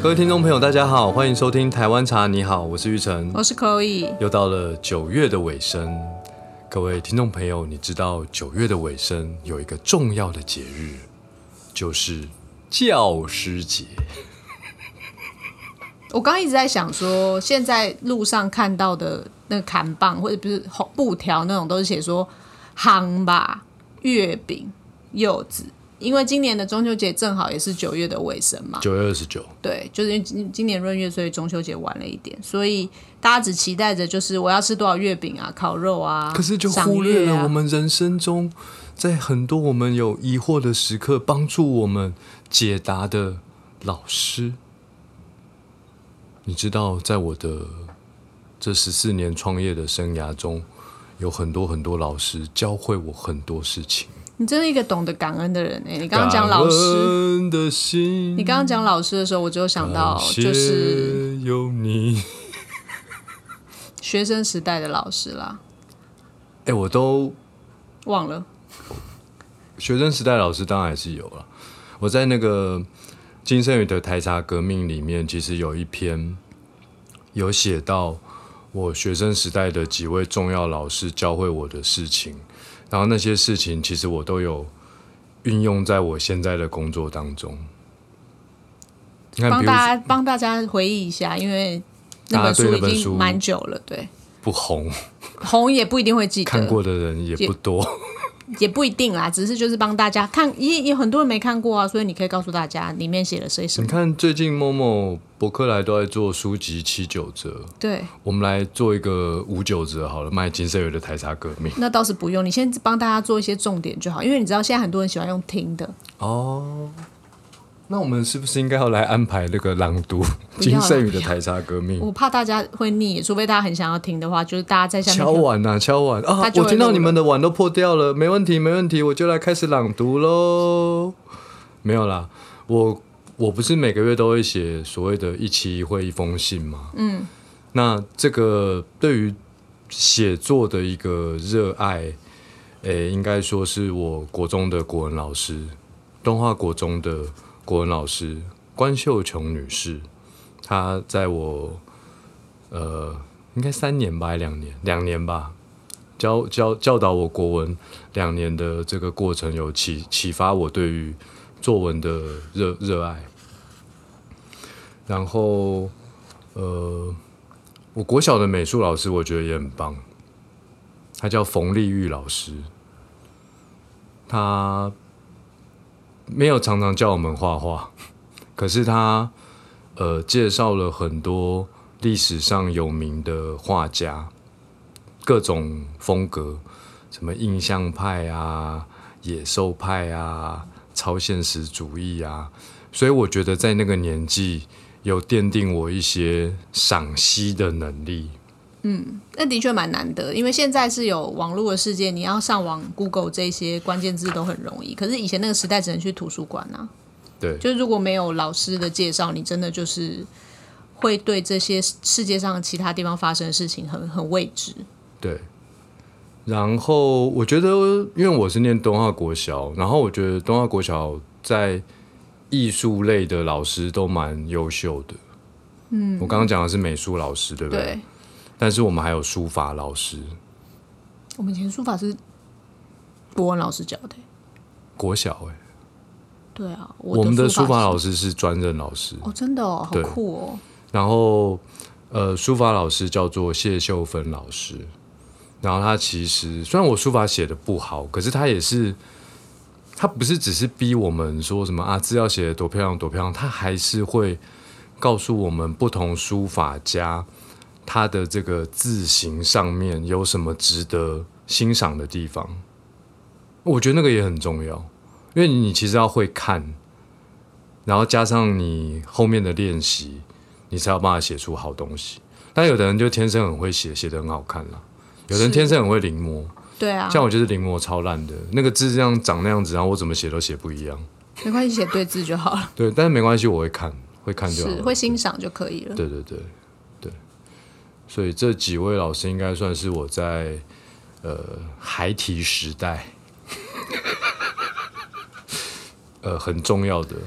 各位听众朋友大家好，欢迎收听台湾茶你好，我是玉成， 我是 Chloe。 又到了9月的尾声，各位听众朋友，你知道9月的尾声有一个重要的节日，就是教师节。 我刚刚一直在想说，现在路上看到的那个砍棒或者不是布条那种，都是写说夯吧、月饼、柚子。因为今年的中秋节正好也是9月的尾声嘛， 9月29， 对，就是因为今年闰月，所以中秋节晚了一点，所以大家只期待着就是我要吃多少月饼啊、烤肉啊， 可是就忽略了我们人生中在很多我们有疑惑的时刻帮助我们解答的老师。你知道在我的这14年创业的生涯中，有很多老师教会我很多事情。 你真是一个懂得感恩的人哎！你刚刚讲老师，你刚刚讲老师的时候，我就想到就是有你学生时代的老师啦。 我都忘了。 学生时代老师当然还是有了。我在那个金圣宇的台茶革命里面，其实有一篇有写到我学生时代的几位重要老师教会我的事情。然后那些事情其实我都有运用在我现在的工作当中。 帮大家回忆一下，因为那本书已经蛮久了，对， 不红也不一定会记得， 看过的人也不多， 也不一定啦，只是就是帮大家看，也很多人没看过啊，所以你可以告诉大家里面写了些什么。 你看最近某某博客来都在做书籍7-9折， 对，我们来做一个5-9折好了，卖金圣宇的台茶革命。 那倒是不用，你先帮大家做一些重点就好，因为你知道现在很多人喜欢用听的哦。 那我们是不是应该要来安排那个朗读金圣宇的台茶革命？ 我怕大家会腻，除非大家很想要听的话，就是大家在下面敲碗啊！我听到你们的碗都破掉了，没问题，我就来开始朗读咯。没有啦，我不是每个月都会写所谓的一期一会一封信吗？那这个对于写作的一个热爱，应该说是我国中的国文老师，东华国中的国文老师关秀琼女士，她在我应该3年吧，还2年吧，教导我国文2年的这个过程，有启发我对于作文的热爱。然后我国小的美术老师我觉得也很棒，他叫冯丽玉老师，他没有常常教我们画画，可是他介绍了很多历史上有名的画家，各种风格，什么印象派啊、野兽派啊、超现实主义啊，所以我觉得在那个年纪有奠定我一些赏析的能力。 那的确蛮难得，因为现在是有网络的世界，你要上网 Google 这些关键字都很容易。可是以前那个时代只能去图书馆啊。 对， 就如果没有老师的介绍，你真的就是会对这些世界上其他地方发生的事情很未知。 对。然后我觉得，因为我是念东华国小，然后我觉得东华国小在艺术类的老师都蛮优秀的。我刚刚讲的是美术老师，对不对？对。但是我们还有书法老师。 我们以前书法是国文老师教的。 国小对啊， 我们的书法老师是专任老师。 哦，真的哦，好酷哦。 然后书法老师叫做谢秀芬老师。然后他其实虽然我书法写的不好，可是他不是只是逼我们说什么啊字要写得多漂亮多漂亮，他还是会告诉我们不同书法家他的这个字形上面有什么值得欣赏的地方。我觉得那个也很重要，因为你其实要会看，然后加上你后面的练习，你才有办法写出好东西。但有的人就天生很会写，写得很好看啦，有的人天生很会临摹。 对啊， 像我就是临摹超烂的，那个字这样长那样子，然后我怎么写都写不一样。 没关系，写对字就好了。 对，但是没关系，我会看就好了， 是会欣赏就可以了。 对，所以这几位老师应该算是我在孩提时代很重要的。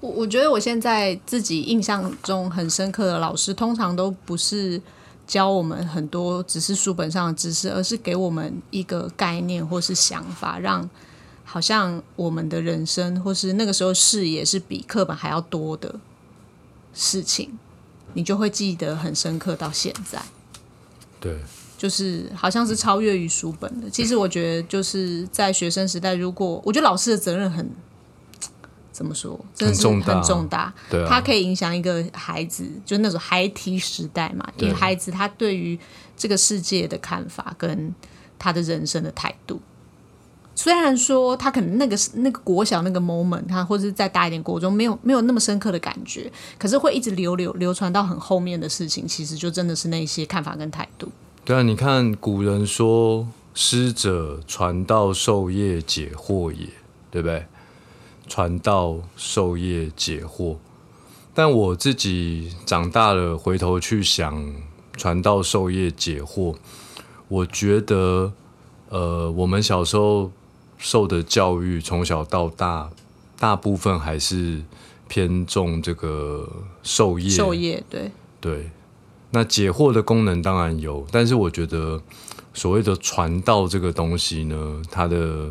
我觉得我现在自己印象中很深刻的老师，通常都不是教我们很多只是书本上的知识，而是给我们一个概念或是想法，让好像我们的人生或是那个时候视野是比课本还要多的事情，你就会记得很深刻到现在。 对， 就是好像是超越于书本的。其实我觉得就是在学生时代，如果我觉得老师的责任怎么说，真的是很重大。 对啊， 他可以影响一个孩子，就那种孩提时代嘛，一个孩子他对于这个世界的看法跟他的人生的态度。虽然说他可能那个国小那个 moment， 他或者是再大一点国中没有那么深刻的感觉，可是会一直流传到很后面的事情，其实就真的是那些看法跟态度。 对啊，你看古人说师者，传道授业解惑也，对不对？传道授业解惑，但我自己长大了回头去想传道授业解惑，我觉得我们小时候受的教育从小到大，大部分还是偏重这个授业，对。那解惑的功能当然有，但是我觉得所谓的传道这个东西呢，它的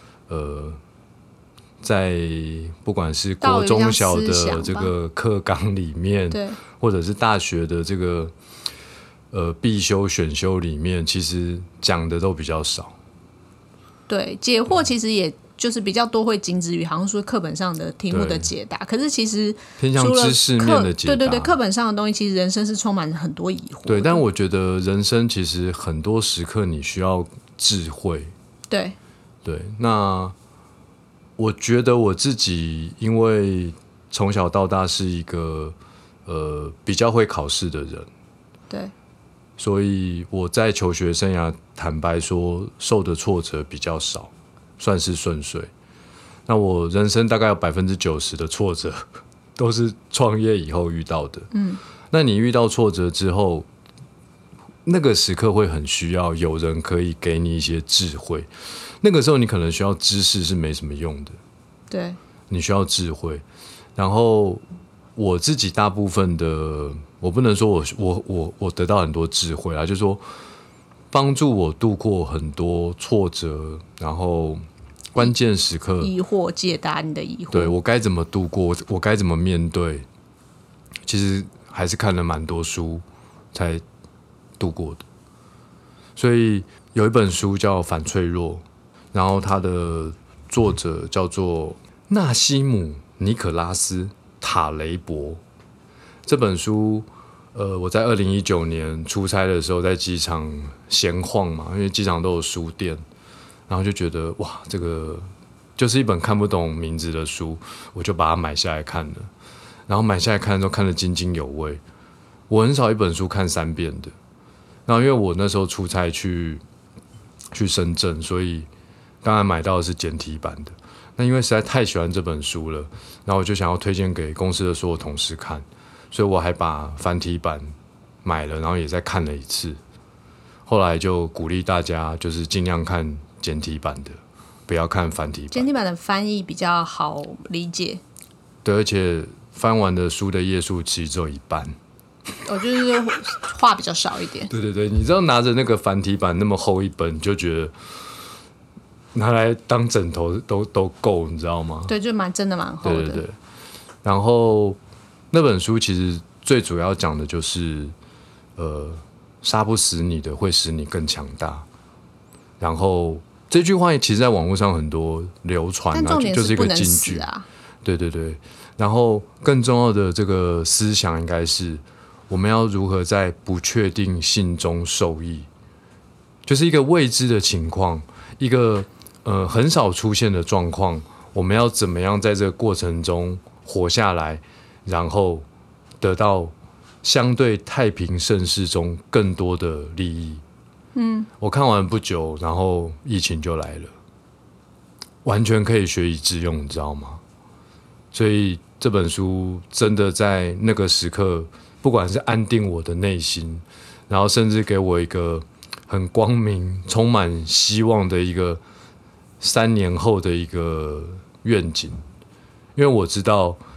在不管是国中小的这个课纲里面，或者是大学的这个必修选修里面，其实讲的都比较少。对， 解惑其实也就是比较多会仅止于好像说课本上的题目的解答，可是其实偏向知识面的解答。 对，课本上的东西，其实人生是充满很多疑惑。 对，但我觉得人生其实很多时刻你需要智慧。 对， 那我觉得我自己因为从小到大是一个比较会考试的人， 对， 所以我在求学生涯坦白说受的挫折比较少，算是顺遂。那我人生大概有90%的挫折都是创业以后遇到的。那你遇到挫折之后，那个时刻会很需要有人可以给你一些智慧。那个时候你可能需要知识是没什么用的， 对， 你需要智慧。然后我自己大部分的，我不能说我得到很多智慧啦，就是说帮助我度过很多挫折，然后关键时刻疑惑，解答你的疑惑。 对，我该怎么度过，我该怎么面对，其实还是看了蛮多书才度过的。所以有一本书叫《反脆弱》，然后它的作者叫做纳西姆·尼可拉斯·塔雷伯。这本书我在2019年出差的时候在机场闲晃嘛，因为机场都有书店，然后就觉得哇，这个就是一本看不懂名字的书，我就把它买下来看了。然后买下来看的时候看得津津有味。我很少一本书看3遍的。然后因为我那时候出差去深圳，所以当然买到的是简体版的。那因为实在太喜欢这本书了，然后我就想要推荐给公司的所有同事看，所以我还把繁体版买了，然后也再看了一次。后来就鼓励大家就是尽量看简体版的，不要看繁体版。 简体版的翻译比较好理解。 对，而且翻完的书的页数其实只有一半。 就是话比较少一点。 对，你知道拿着那个繁体版那么厚一本，就觉得拿来当枕头都够，你知道吗？ 对，就真的蛮厚的。 对。然后那本书其实最主要讲的就是杀不死你的会使你更强大。然后这句话其实在网络上很多流传啊，就是一个金句啊。 对。然后更重要的这个思想应该是我们要如何在不确定性中受益，就是一个未知的情况，一个很少出现的状况，我们要怎么样在这个过程中活下来，然后得到相对太平盛世中更多的利益。我看完不久，然后疫情就来了，完全可以学以致用，你知道吗？所以这本书真的在那个时刻，不管是安定我的内心，然后甚至给我一个很光明、充满希望的一个3年后的一个愿景。因为我知道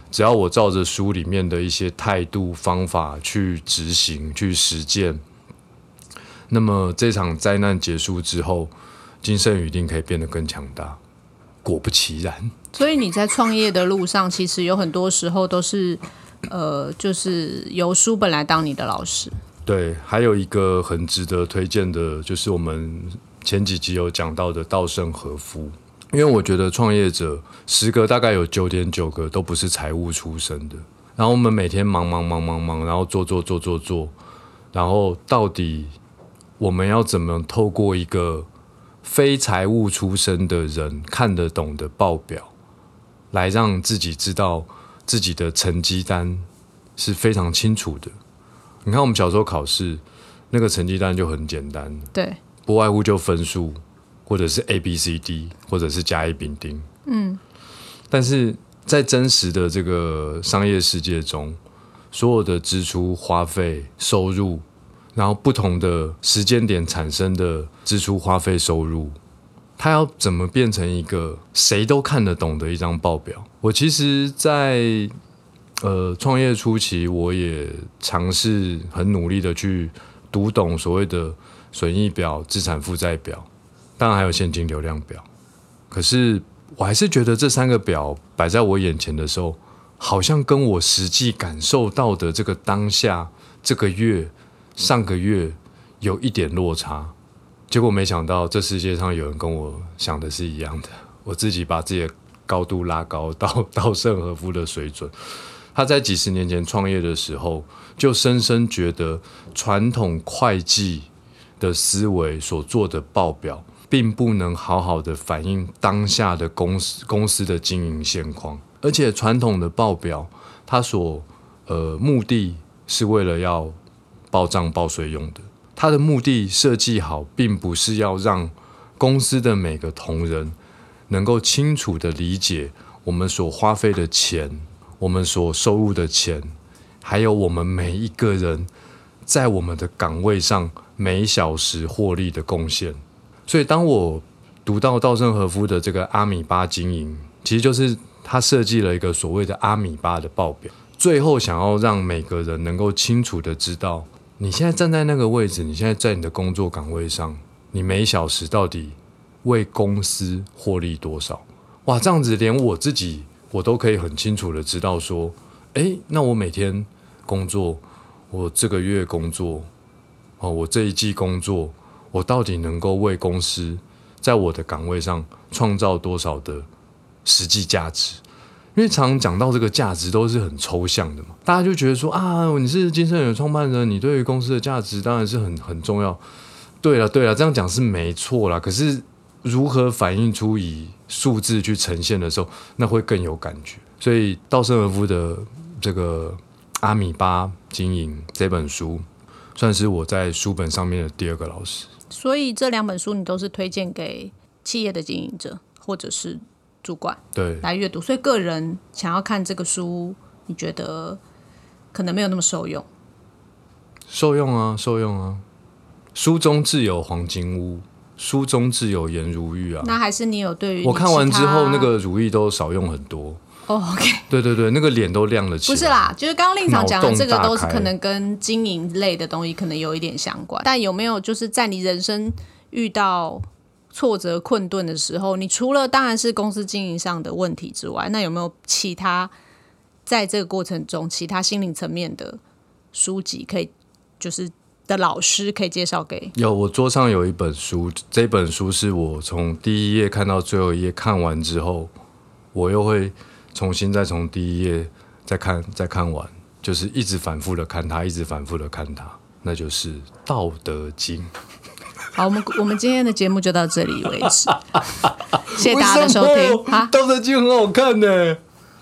只要我照着书里面的一些态度方法去执行去实践，那么这场灾难结束之后，金圣宇一定可以变得更强大。果不其然， 所以你在创业的路上，其实有很多时候都是就是由书本来当你的老师。 对，还有一个很值得推荐的，就是我们前几集有讲到的稻盛和夫。因为我觉得创业者10个大概有9.9个都不是财务出身的，然后我们每天忙，然后做，然后到底我们要怎么透过一个非财务出身的人看得懂的报表，来让自己知道自己的成绩单是非常清楚的。你看我们小时候考试，那个成绩单就很简单， 对， 不外乎就分数，或者是 A、B、C、D， 或者是甲、乙、丙、丁。但是在真实的这个商业世界中，所有的支出、花费、收入，然后不同的时间点产生的支出、花费、收入，它要怎么变成一个谁都看得懂的一张报表？我其实在创业初期，我也尝试很努力的去读懂所谓的损益表、资产负债表，当然还有现金流量表。可是我还是觉得这3个表摆在我眼前的时候，好像跟我实际感受到的这个当下、这个月、上个月有一点落差。结果没想到这世界上有人跟我想的是一样的，我自己把自己的高度拉高到稻盛和夫的水准。他在几十年前创业的时候，就深深觉得传统会计的思维所做的报表，并不能好好的反映当下的公司的经营现况，而且传统的报表，它所目的是为了要报账报税用的，它的目的设计好，并不是要让公司的每个同仁能够清楚的理解我们所花费的钱，我们所收入的钱，还有我们每一个人在我们的岗位上每小时获利的贡献。所以当我读到稻盛和夫的这个阿米巴经营，其实就是他设计了一个所谓的阿米巴的报表，最后想要让每个人能够清楚的知道，你现在站在那个位置，你现在在你的工作岗位上，你每小时到底为公司获利多少。哇，这样子连我自己我都可以很清楚的知道说，那我每天工作，我这个月工作，我这一季工作，我到底能够为公司在我的岗位上创造多少的实际价值。因为常常讲到这个价值都是很抽象的嘛，大家就觉得说啊，你是金盛宇的创办人，你对于公司的价值当然是很重要。对了，这样讲是没错啦，可是如何反映出以数字去呈现的时候，那会更有感觉。所以稻盛和夫的这个阿米巴经营这本书，算是我在书本上面的第2个老师。 所以这2本书你都是推荐给企业的经营者或者是主管对来阅读，所以个人想要看这个书，你觉得可能没有那么受用？ 受用啊。书中自有黄金屋，书中自有颜如玉啊。 那还是你有对于我看完之后，那个如意都少用很多。 OK， 对，那个脸都亮了起来。 不是啦，就是刚刚令场讲的这个都是可能跟经营类的东西可能有一点相关，但有没有就是在你人生遇到挫折困顿的时候，你除了当然是公司经营上的问题之外，那有没有其他在这个过程中其他心灵层面的书籍可以就是的老师可以介绍给？ 有，我桌上有一本书，这本书是我从第1页看到最后一页，看完之后我又会重新再从第1页再看完，就是一直反复的看它，那就是《道德经》。 好，我们今天的节目就到这里为止，谢谢大家的收听。 《道德经》很好看呢。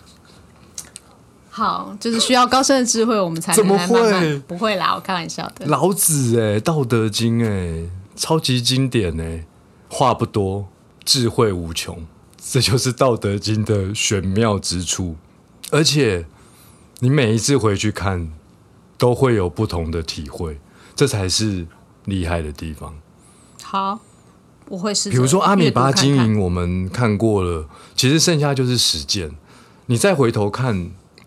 好，就是需要高深的智慧，我们才能慢慢。不会啦，我开玩笑的。 老子《道德经》超级经典话不多，智慧无穷，这就是《道德经》的玄妙之处。而且你每一次回去看，都会有不同的体会，这才是厉害的地方。 好，我会试着。 比如说阿米巴经营，我们看过了，其实剩下就是实践。你再回头看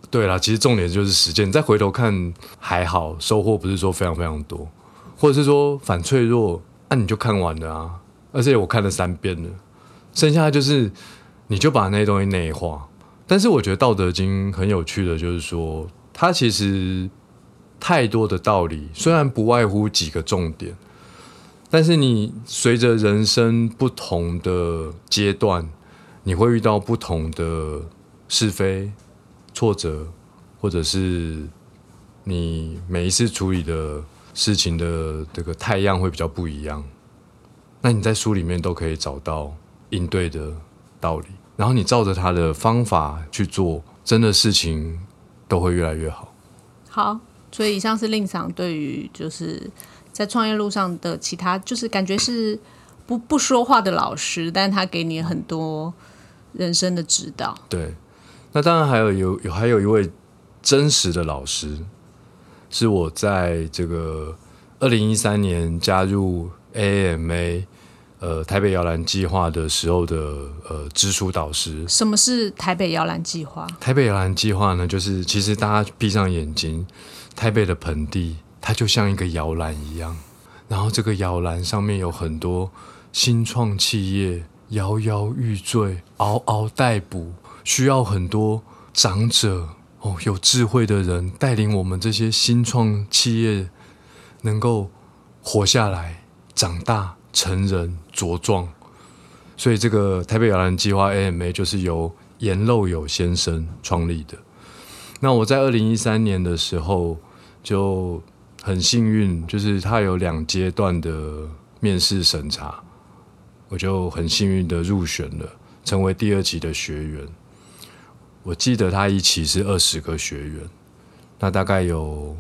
对啦，其实重点就是实践。再回头看还好，收获不是说非常非常多，或者是说反脆弱，你就看完了啊。而且我看了3遍了，剩下就是你就把那些东西内化。但是我觉得《道德经》很有趣的就是说，它其实太多的道理，虽然不外乎几个重点，但是你随着人生不同的阶段，你会遇到不同的是非、挫折，或者是你每一次处理的事情的这个态样会比较不一样。那你在书里面都可以找到应对的道理，然后你照着他的方法去做，真的事情都会越来越好。 好，所以以上是令赏对于就是在创业路上的其他，就是感觉是不说话的老师，但他给你很多人生的指导。 对，那当然还有一位真实的老师，是我在这个2013年加入 AAMA 台北摇篮计划的时候的直属导师。 什么是台北摇篮计划？ 台北摇篮计划呢，就是其实大家闭上眼睛，台北的盆地它就像一个摇篮一样，然后这个摇篮上面有很多新创企业摇摇欲坠，嗷嗷待哺，需要很多长者有智慧的人带领我们这些新创企业能够活下来、长大、成人、茁壮。所以这个台北摇篮计划 AMA 就是由颜漏友先生创立的。那我在2013年的时候就很幸运，就是他有2阶段的面试审查，我就很幸运的入选了，成为第2期的学员。我记得他1期是20个学员，那大概有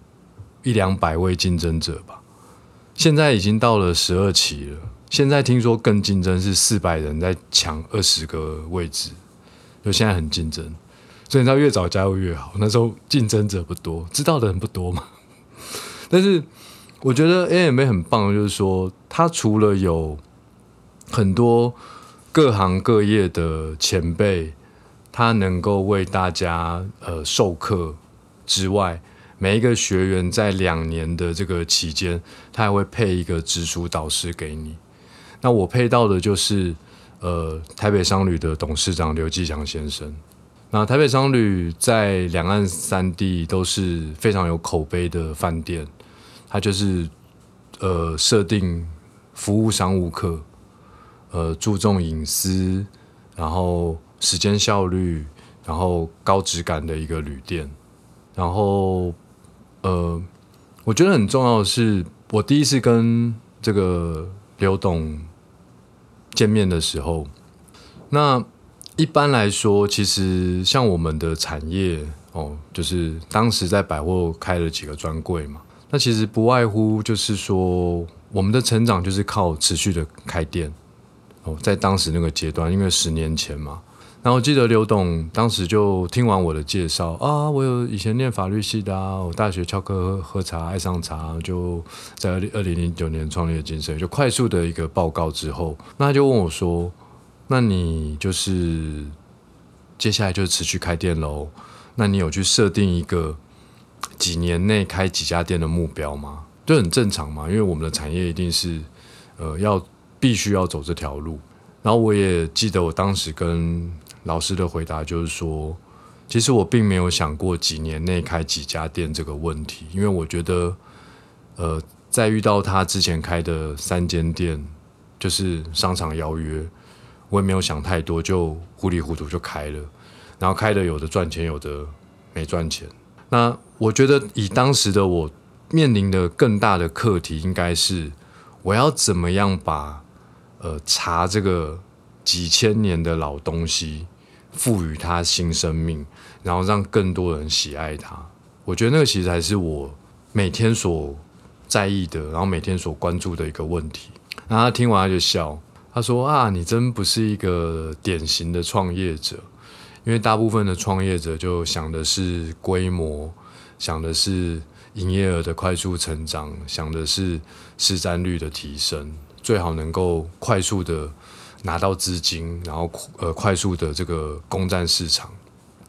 100-200位竞争者吧。现在已经到了12期了，现在听说更竞争，是400人在抢20个位置，就现在很竞争，所以你知道越早加入越好。那时候竞争者不多，知道的人不多嘛。但是我觉得 AMA 很棒，就是说他除了有很多各行各业的前辈，他能够为大家授课之外，每一个学员在2年的这个期间，他还会配一个直属导师给你。那我配到的就是台北商旅的董事长刘继强先生。那台北商旅在两岸3地都是非常有口碑的饭店，它就是设定服务商务客，注重隐私，然后时间效率，然后高质感的一个旅店。然后我觉得很重要的是，我第一次跟这个刘董见面的时候，那一般来说，其实像我们的产业就是当时在百货开了几个专柜嘛，那其实不外乎就是说，我们的成长就是靠持续的开店在当时那个阶段，因为10年前嘛。然后我记得刘董当时就听完我的介绍啊，我有以前念法律系的我大学翘课喝茶爱上茶，就在2009年创立了精神，就快速的一个报告之后，那他就问我说，那你就是接下来就持续开店咯，那你有去设定一个几年内开几家店的目标吗？就很正常嘛，因为我们的产业一定是必须要走这条路。然后我也记得我当时跟老师的回答就是说，其实我并没有想过几年内开几家店这个问题，因为我觉得在遇到他之前开的3间店，就是商场邀约，我也没有想太多，就糊里糊涂就开了，然后开的有的赚钱，有的没赚钱。那我觉得以当时的我面临的更大的课题，应该是我要怎么样把茶这个几千年的老东西赋予它新生命，然后让更多人喜爱它。我觉得那个其实还是我每天所在意的，然后每天所关注的一个问题。然后他听完他就笑，他说啊，你真不是一个典型的创业者，因为大部分的创业者就想的是规模，想的是营业额的快速成长，想的是市占率的提升，最好能够快速的拿到资金，然后快速的这个攻占市场。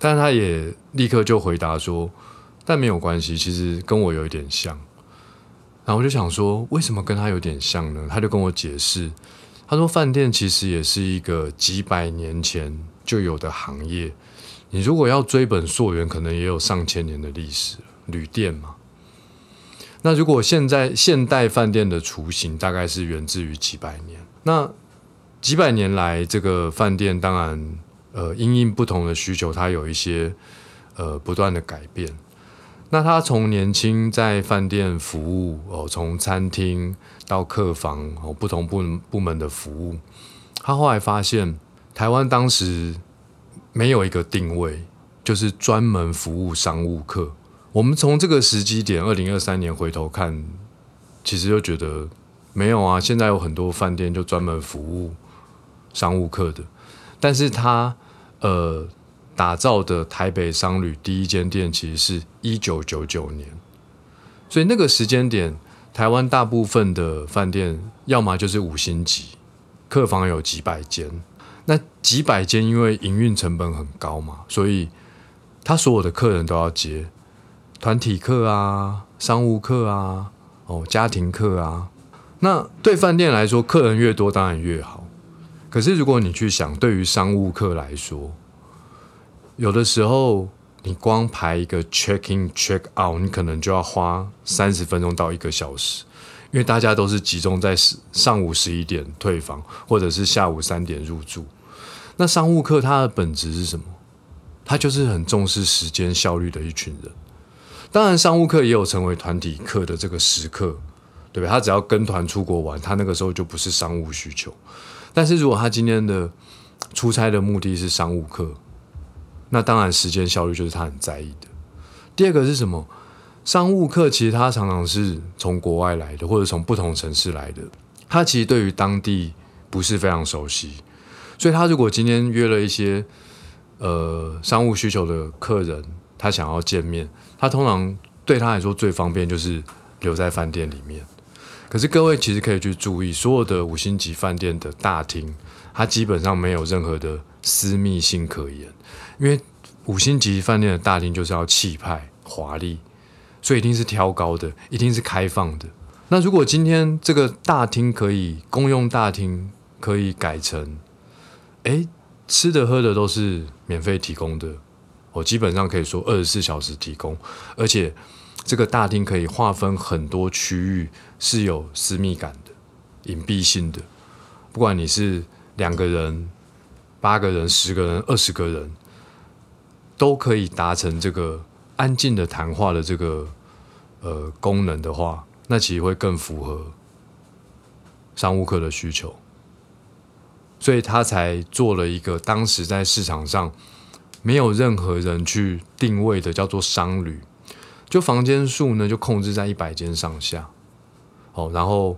但他也立刻就回答说，但没有关系，其实跟我有一点像。然后我就想说，为什么跟他有点像呢？他就跟我解释，他说饭店其实也是一个几百年前就有的行业，你如果要追本溯源，可能也有上千年的历史，旅店嘛。那如果现代饭店的雏形大概是源自于几百年，那几百年来这个饭店当然因应不同的需求，它有一些不断的改变。那他从年轻在饭店服务从餐厅到客房不同部门的服务，他后来发现台湾当时没有一个定位，就是专门服务商务客。我们从这个时机点2023年回头看，其实就觉得没有啊，现在有很多饭店就专门服务商务客的，但是他打造的台北商旅第一间店其实是1999年，所以那个时间点，台湾大部分的饭店要么就是5星级，客房有几百间，那几百间因为营运成本很高嘛，所以他所有的客人都要接，团体客啊、商务客啊、家庭客啊。那对饭店来说，客人越多当然越好。可是如果你去想，对于商务客来说，有的时候你光排一个 check in check out， 你可能就要花30分钟到1个小时，因为大家都是集中在上午11点退房，或者是下午3点入住。那商务客他的本质是什么？他就是很重视时间效率的一群人。当然商务客也有成为团体客的这个时刻，对不对？他只要跟团出国玩，他那个时候就不是商务需求。但是如果他今天的出差的目的是商务客，那当然时间效率就是他很在意的。第二个是什么？商务客其实他常常是从国外来的，或者从不同城市来的，他其实对于当地不是非常熟悉，所以他如果今天约了一些商务需求的客人，他想要见面，他通常对他来说最方便就是留在饭店里面。可是各位其实可以去注意，所有的5星级饭店的大厅，它基本上没有任何的私密性可言，因为5星级饭店的大厅就是要气派华丽，所以一定是挑高的，一定是开放的。那如果今天这个大厅公用大厅可以改成吃的喝的都是免费提供的，基本上可以说24小时提供，而且这个大厅可以划分很多区域，是有私密感的、隐蔽性的。不管你是2个人、8个人、10个人、20个人，都可以达成这个安静的谈话的这个功能的话，那其实会更符合商务客的需求。所以他才做了一个当时在市场上没有任何人去定位的，叫做商旅。就房间数呢，就控制在100间上下。然后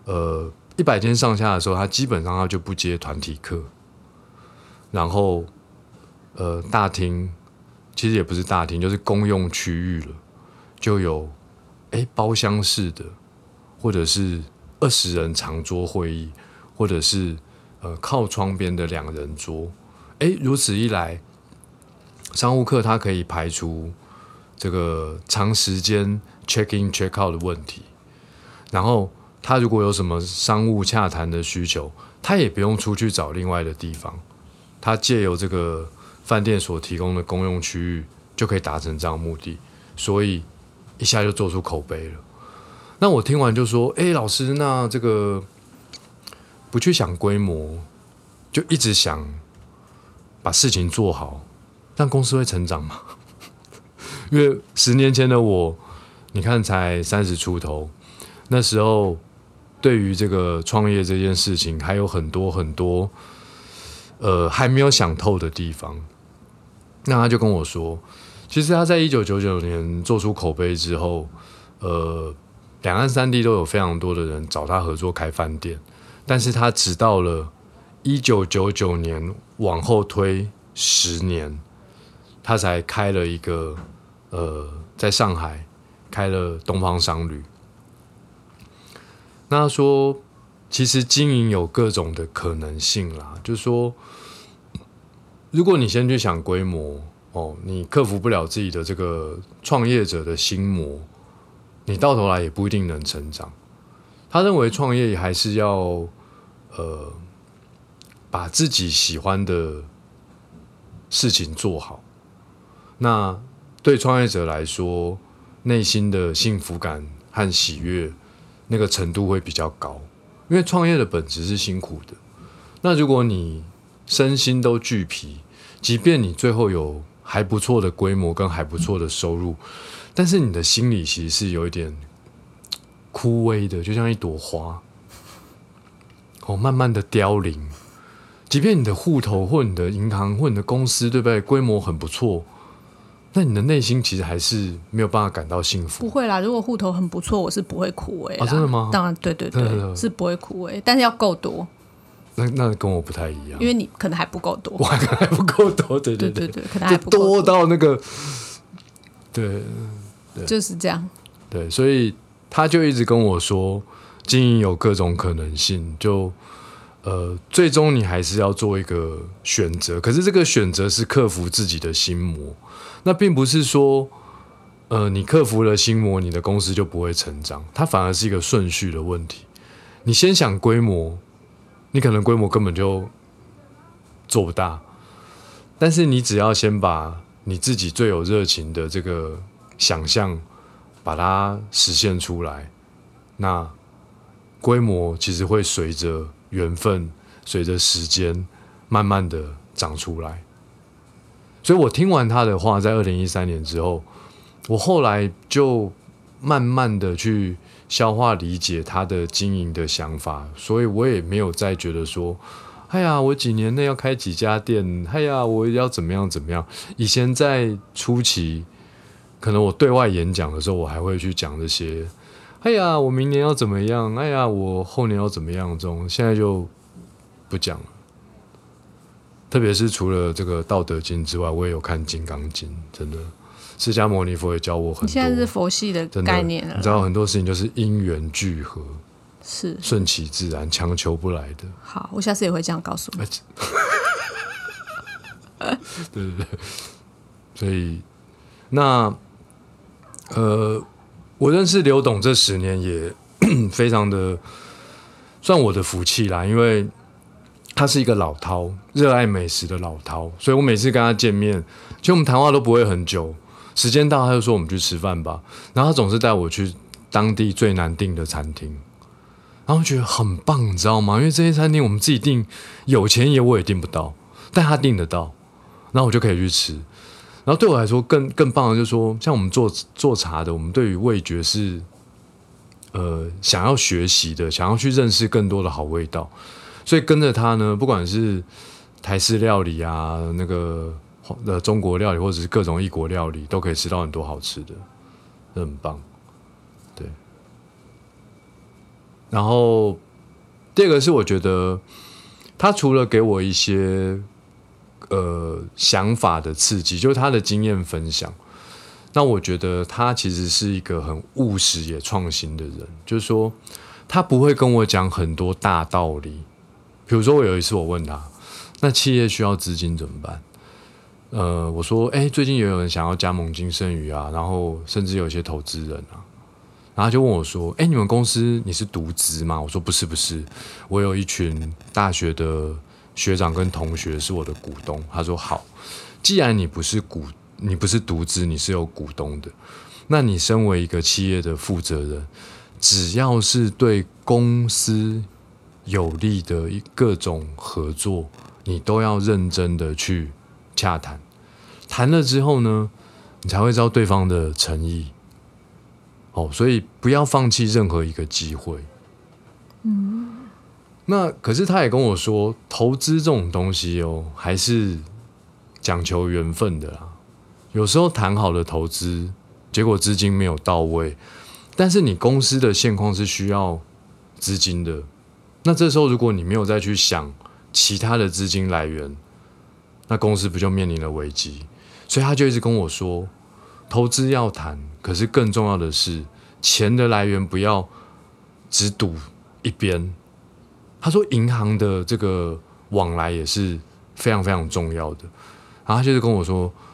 100间上下的时候，他基本上他就不接团体客。然后大厅其实也不是大厅，就是公用区域了，就有包厢式的，或者是20人长桌会议，或者是靠窗边的2人桌。如此一来，商务客他可以排除这个长时间 check in check out 的问题，然后他如果有什么商务洽谈的需求，他也不用出去找另外的地方，他借由这个饭店所提供的公用区域就可以达成这样的目的，所以一下就做出口碑了。那我听完就说，老师，那这个不去想规模，就一直想把事情做好，但公司会成长吗？因为10年前的我，你看才30出头，那时候对于这个创业这件事情还有很多很多还没有想透的地方。那他就跟我说，其实他在1999年做出口碑之后，两岸3地都有非常多的人找他合作开饭店，但是他直到了1999年往后推10年，他才开了一个在上海开了东方商旅。那他说其实经营有各种的可能性啦，就是说如果你先去想规模， 你克服不了自己的这个创业者的心魔，你到头来也不一定能成长。他认为创业还是要把自己喜欢的事情做好。那对创业者来说，内心的幸福感和喜悦那个程度会比较高，因为创业的本质是辛苦的。那如果你身心都俱疲，即便你最后有还不错的规模跟还不错的收入，但是你的心里其实是有一点枯萎的，就像一朵花，慢慢的凋零。即便你的户头或你的银行或你的公司，对不对？规模很不错，那你的内心其实还是没有办法感到幸福。 不会啦，如果户头很不错，我是不会枯萎啦。 真的吗？ 当然，对，是不会枯萎，但是要够多。 那跟我不太一样， 因为你可能还不够多， 我可能还不够多，对， 可能还不够多到那个，对， 就是这样。 对，所以他就一直跟我说，经营有各种可能性，就最终你还是要做一个选择，可是这个选择是克服自己的心魔，那并不是说你克服了心魔，你的公司就不会成长，它反而是一个顺序的问题。你先想规模，你可能规模根本就做不大，但是你只要先把你自己最有热情的这个想象把它实现出来，那规模其实会随着缘分随着时间慢慢的长出来。所以我听完他的话，在2013年之后，我后来就慢慢的去消化理解他的经营的想法，所以我也没有再觉得说，哎呀，我几年内要开几家店，哎呀，我要怎么样怎么样。以前在初期，可能我对外演讲的时候，我还会去讲这些，哎呀，我明年要怎么样，哎呀，我后年要怎么样，这种现在就不讲了。特别是除了这个《道德经》之外，我也有看《金刚经》，真的。释迦牟尼佛也教我很多。 你现在是佛系的概念了， 你知道很多事情就是因缘聚合， 是顺其自然，强求不来的。 好，我下次也会这样告诉你。 对，所以那我认识刘董这10年也非常的算我的福气啦，因为他是一个老饕，热爱美食的老饕，所以我每次跟他见面，其实我们谈话都不会很久，时间到他就说我们去吃饭吧，然后他总是带我去当地最难订的餐厅，然后觉得很棒，你知道吗？因为这些餐厅我们自己订，有钱我也订不到，但他订得到，然后我就可以去吃。然后对我来说更棒的就是说，像我们做茶的，我们对于味觉是想要学习的，想要去认识更多的好味道。所以跟着他呢，不管是台式料理啊，那个中国料理，或者是各种异国料理，都可以吃到很多好吃的，很棒。对。然后第二个是我觉得他除了给我一些想法的刺激，就是他的经验分享。那我觉得他其实是一个很务实也创新的人，就是说他不会跟我讲很多大道理。比如说我有一次我问他，那企业需要资金怎么办？我说最近也有人想要加盟金盛宇啊，然后甚至有一些投资人啊，然后他就问我说，你们公司你是独资吗？我说不是，我有一群大学的学长跟同学是我的股东。他说好，既然你不是独资，你是有股东的，那你身为一个企业的负责人，只要是对公司有利的各种合作，你都要认真的去洽谈。谈了之后呢，你才会知道对方的诚意。所以不要放弃任何一个机会。那可是他也跟我说，投资这种东西还是讲求缘分的啦。有时候谈好的投资，结果资金没有到位，但是你公司的现况是需要资金的。那这时候如果你没有再去想其他的资金来源，那公司不就面临了危机？所以他就一直跟我说，投资要谈，可是更重要的是钱的来源不要只赌一边。他说银行的这个往来也是非常非常重要的。然后他就是跟我说，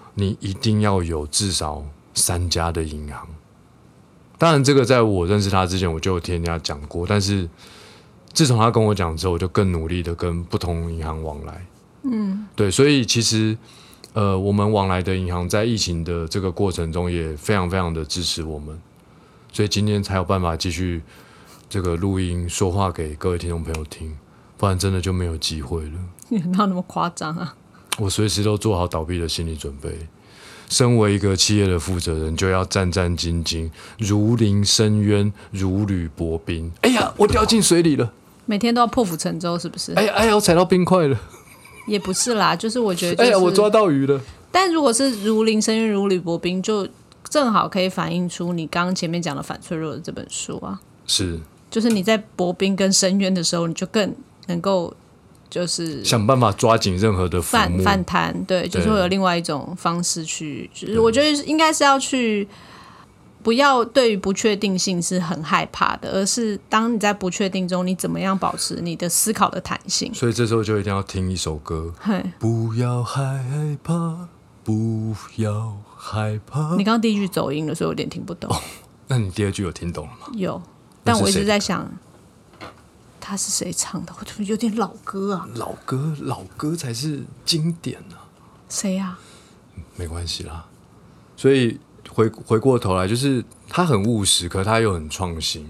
你一定要有至少3家的银行。当然，这个在我认识他之前，我就有听人家讲过，但是自从他跟我讲之后，我就更努力的跟不同银行往来。对，所以其实我们往来的银行在疫情的这个过程中也非常非常的支持我们，所以今天才有办法继续这个录音说话给各位听众朋友听，不然真的就没有机会了。 哪有那么夸张啊？ 我随时都做好倒闭的心理准备。身为一个企业的负责人，就要战战兢兢，如临深渊，如履薄冰。哎呀，我掉进水里了！ 每天都要破釜沉舟，是不是？ 哎呀，我踩到冰块了！ 也不是啦，就是我觉得、 哎呀，我抓到鱼了！ 但如果是如临深渊，如履薄冰，就正好可以反映出你刚刚前面讲的《反脆弱》的这本书啊。 是， 就是你在薄冰跟深渊的时候，你就更能够就是想办法抓紧任何的浮木反弹，对，就是会有另外一种方式去，就是我觉得应该是要去，不要对于不确定性是很害怕的，而是当你在不确定中，你怎么样保持你的思考的弹性。 所以这时候就一定要听一首歌，不要害怕，不要害怕。 你刚刚第一句走音了，所以我有点听不懂。 那你第二句有听懂了吗？ 有，但我一直在想。他是谁唱的？我觉得有点老歌啊。 老歌才是经典啊。 谁啊？ 没关系啦。所以回过头来，就是他很务实，可他又很创新。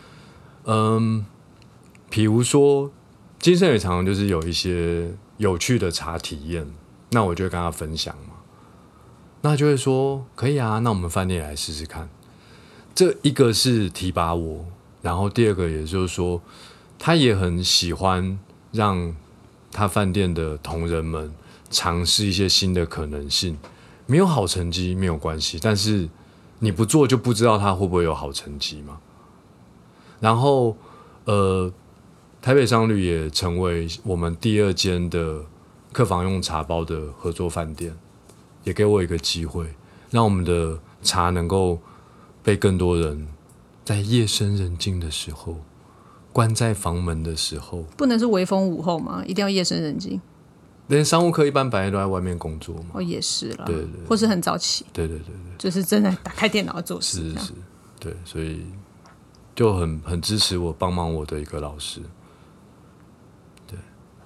比如说金盛也常常就是有一些有趣的茶体验，那我就会跟他分享嘛。那他就会说可以啊，那我们饭店来试试看。这一个是提拔我，然后第二个也就是说。他也很喜欢让他饭店的同仁们尝试一些新的可能性，没有好成绩没有关系，但是你不做就不知道他会不会有好成绩嘛。然后台北商旅也成为我们第2间的客房用茶包的合作饭店，也给我一个机会，让我们的茶能够被更多人在夜深人静的时候关在房门的时候， 不能是微风午后吗？一定要夜深人静。 连商务客一般白天都在外面工作嘛。 也是啦， 对对， 或是很早起。 对， 就是真的打开电脑做事。 是，对，所以就很支持我、帮忙我的一个老师。对，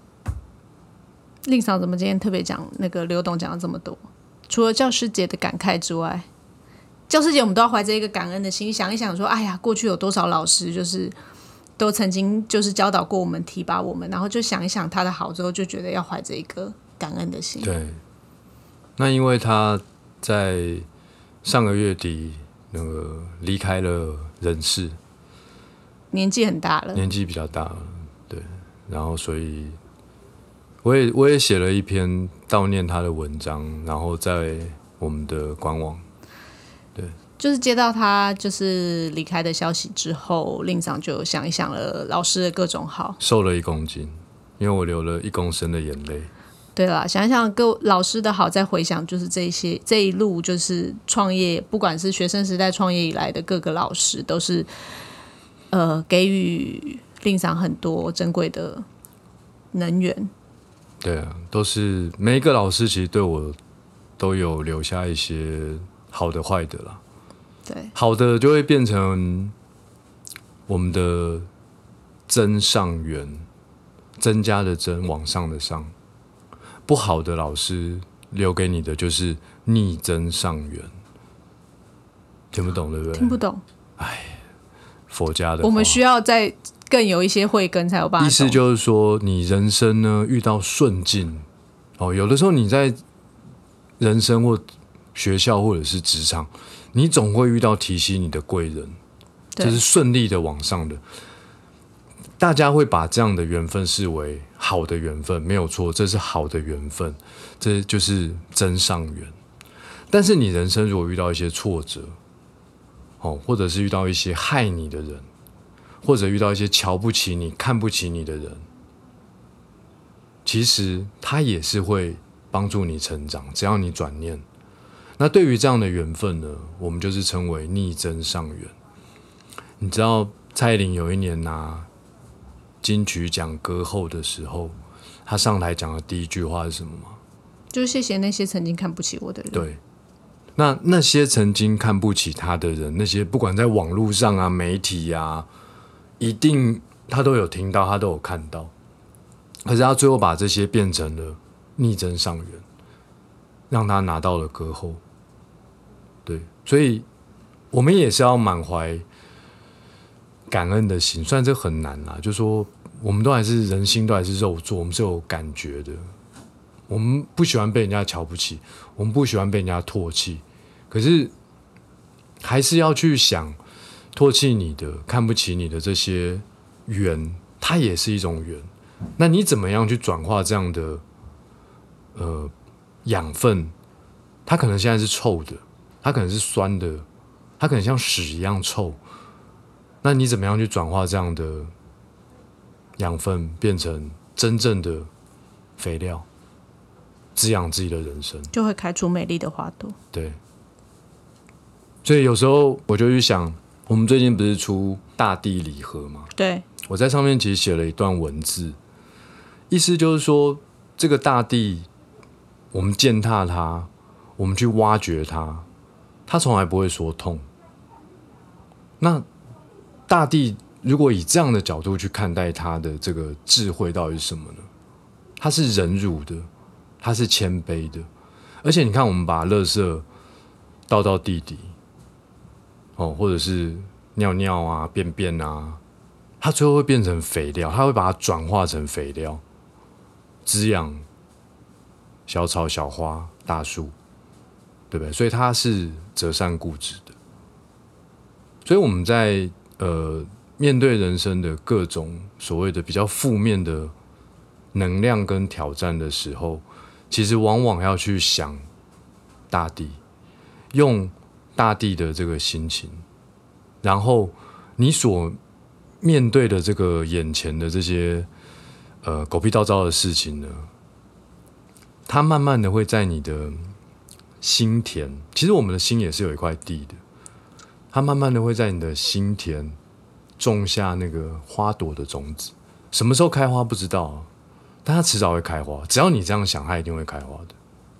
令嫂怎么今天特别讲那个刘董讲了这么多？除了教师节的感慨之外，教师节我们都要怀着一个感恩的心，想一想说，哎呀，过去有多少老师就是都曾经就是教导过我们、提拔我们，然后就想一想他的好之后，就觉得要怀着一个感恩的心。 对，那因为他在上个月底那个离开了人世， 年纪很大了， 年纪比较大了，对，然后所以我也写了一篇悼念他的文章，然后在我们的官网。对， 就是接到他就是离开的消息之后，令长就想一想了老师的各种好， 瘦了1公斤，因为我流了1公升的眼泪。 对啦，想一想各老师的好，再回想就是这一路就是创业，不管是学生时代创业以来的各个老师，都是给予令长很多珍贵的能源。 对啊，都是每一个老师其实对我都有留下一些好的坏的啦。 对， 好的就会变成我们的增上缘，增加的增，往上的上。不好的老师留给你的就是逆增上缘，听不懂对不对？ 听不懂。 佛家的话， 我们需要再更有一些慧根才有办法。 意思就是说，你人生呢遇到顺境，有的时候你在人生或学校或者是职场，你总会遇到提携你的贵人，这是顺利的往上的。大家会把这样的缘分视为好的缘分，没有错，这是好的缘分，这就是增上缘。但是你人生如果遇到一些挫折，或者是遇到一些害你的人，或者遇到一些瞧不起你、看不起你的人，其实他也是会帮助你成长，只要你转念。那对于这样的缘分呢，我们就是称为逆增上缘。你知道蔡依林有一年拿金曲奖歌后的时候，她上台讲的第一句话是什么吗？ 就是谢谢那些曾经看不起我的人。 对，那些曾经看不起他的人，那些不管在网络上啊、媒体啊，一定他都有听到，他都有看到。可是他最后把这些变成了逆增上缘，让他拿到了歌后。对，所以我们也是要满怀感恩的心，虽然这很难啦，就说我们都还是人心，都还是肉做，我们是有感觉的。我们不喜欢被人家瞧不起，我们不喜欢被人家唾弃，可是还是要去想，唾弃你的、看不起你的这些缘，它也是一种缘。那你怎么样去转化这样的养分？它可能现在是臭的，它可能是酸的，它可能像屎一样臭。那你怎么样去转化这样的养分，变成真正的肥料？滋养自己的人生， 就会开出美丽的花朵。 对，所以有时候我就去想，我们最近不是出大地礼盒吗？ 对， 我在上面其实写了一段文字，意思就是说，这个大地，我们践踏它，我们去挖掘它，它从来不会说痛。那大地如果以这样的角度去看待它的这个智慧，到底是什么呢？它是忍辱的。它是谦卑的，而且你看，我们把垃圾倒到地底，或者是尿尿啊、便便啊，它最后会变成肥料，它会把它转化成肥料，滋养小草、小花、大树，对不对？所以它是择善固执的。所以我们在面对人生的各种所谓的比较负面的能量跟挑战的时候，其实往往要去想大地，用大地的这个心情，然后你所面对的这个眼前的这些狗屁倒灶的事情呢，它慢慢的会在你的心田，其实我们的心也是有一块地的，它慢慢的会在你的心田种下那个花朵的种子，什么时候开花不知道啊，但它迟早会开花，只要你这样想，它一定会开花的。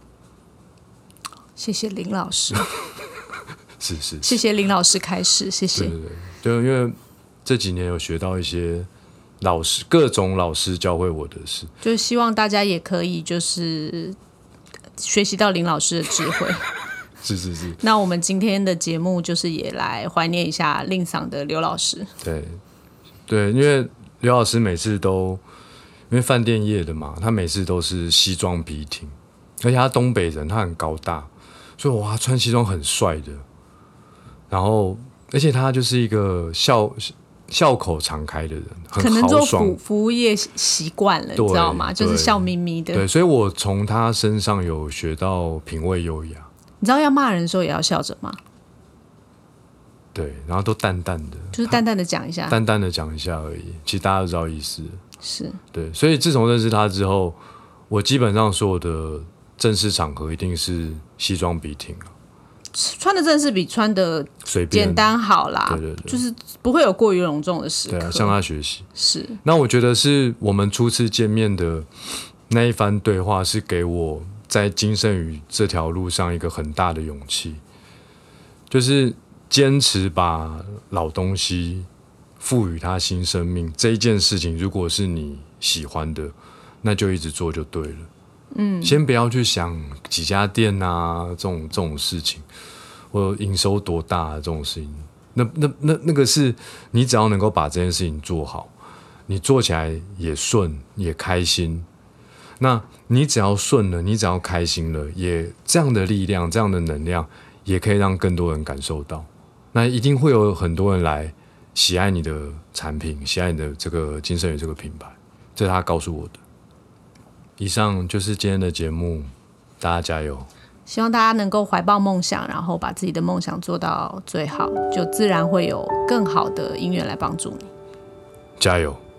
谢谢林老师， 是， 谢谢林老师开始，谢谢。 对，就因为这几年有学到一些老师，各种老师教会我的事， 就是希望大家也可以就是学习到林老师的智慧。 是。 那我们今天的节目就是也来怀念一下令嗓的刘老师。 对，因为刘老师每次都因为饭店业的嘛，他每次都是西装笔挺，而且他东北人，他很高大，所以哇，穿西装很帅的。然后，而且他就是一个笑口常开的人，很豪爽， 可能做服务业习惯了，你知道吗？就是笑眯眯的。 对，所以我从他身上有学到品味优雅。 你知道要骂人的时候也要笑着骂。 对，然后都淡淡的， 就是淡淡的讲一下， 淡淡的讲一下而已。其实大家都知道意思。 是， 对，所以自从认识他之后，我基本上所有的正式场合一定是西装笔挺了。 穿的正式比穿的简单好啦， 对， 就是不会有过于隆重的时刻。 对啊，向他学习。 是， 那我觉得是我们初次见面的那一番对话，是给我在金圣宇这条路上一个很大的勇气，就是坚持把老东西赋予它新生命这一件事情，如果是你喜欢的，那就一直做就对了。先不要去想几家店啊这种事情，或营收多大这种事情。那个是你只要能够把这件事情做好，你做起来也顺也开心。那你只要顺了，你只要开心了，也这样的力量，这样的能量，也可以让更多人感受到。那一定会有很多人来喜爱你的产品，喜爱你的这个金圣宇这个品牌，这是他告诉我的。以上就是今天的节目，大家加油！ 希望大家能够怀抱梦想，然后把自己的梦想做到最好，就自然会有更好的音乐来帮助你。 加油！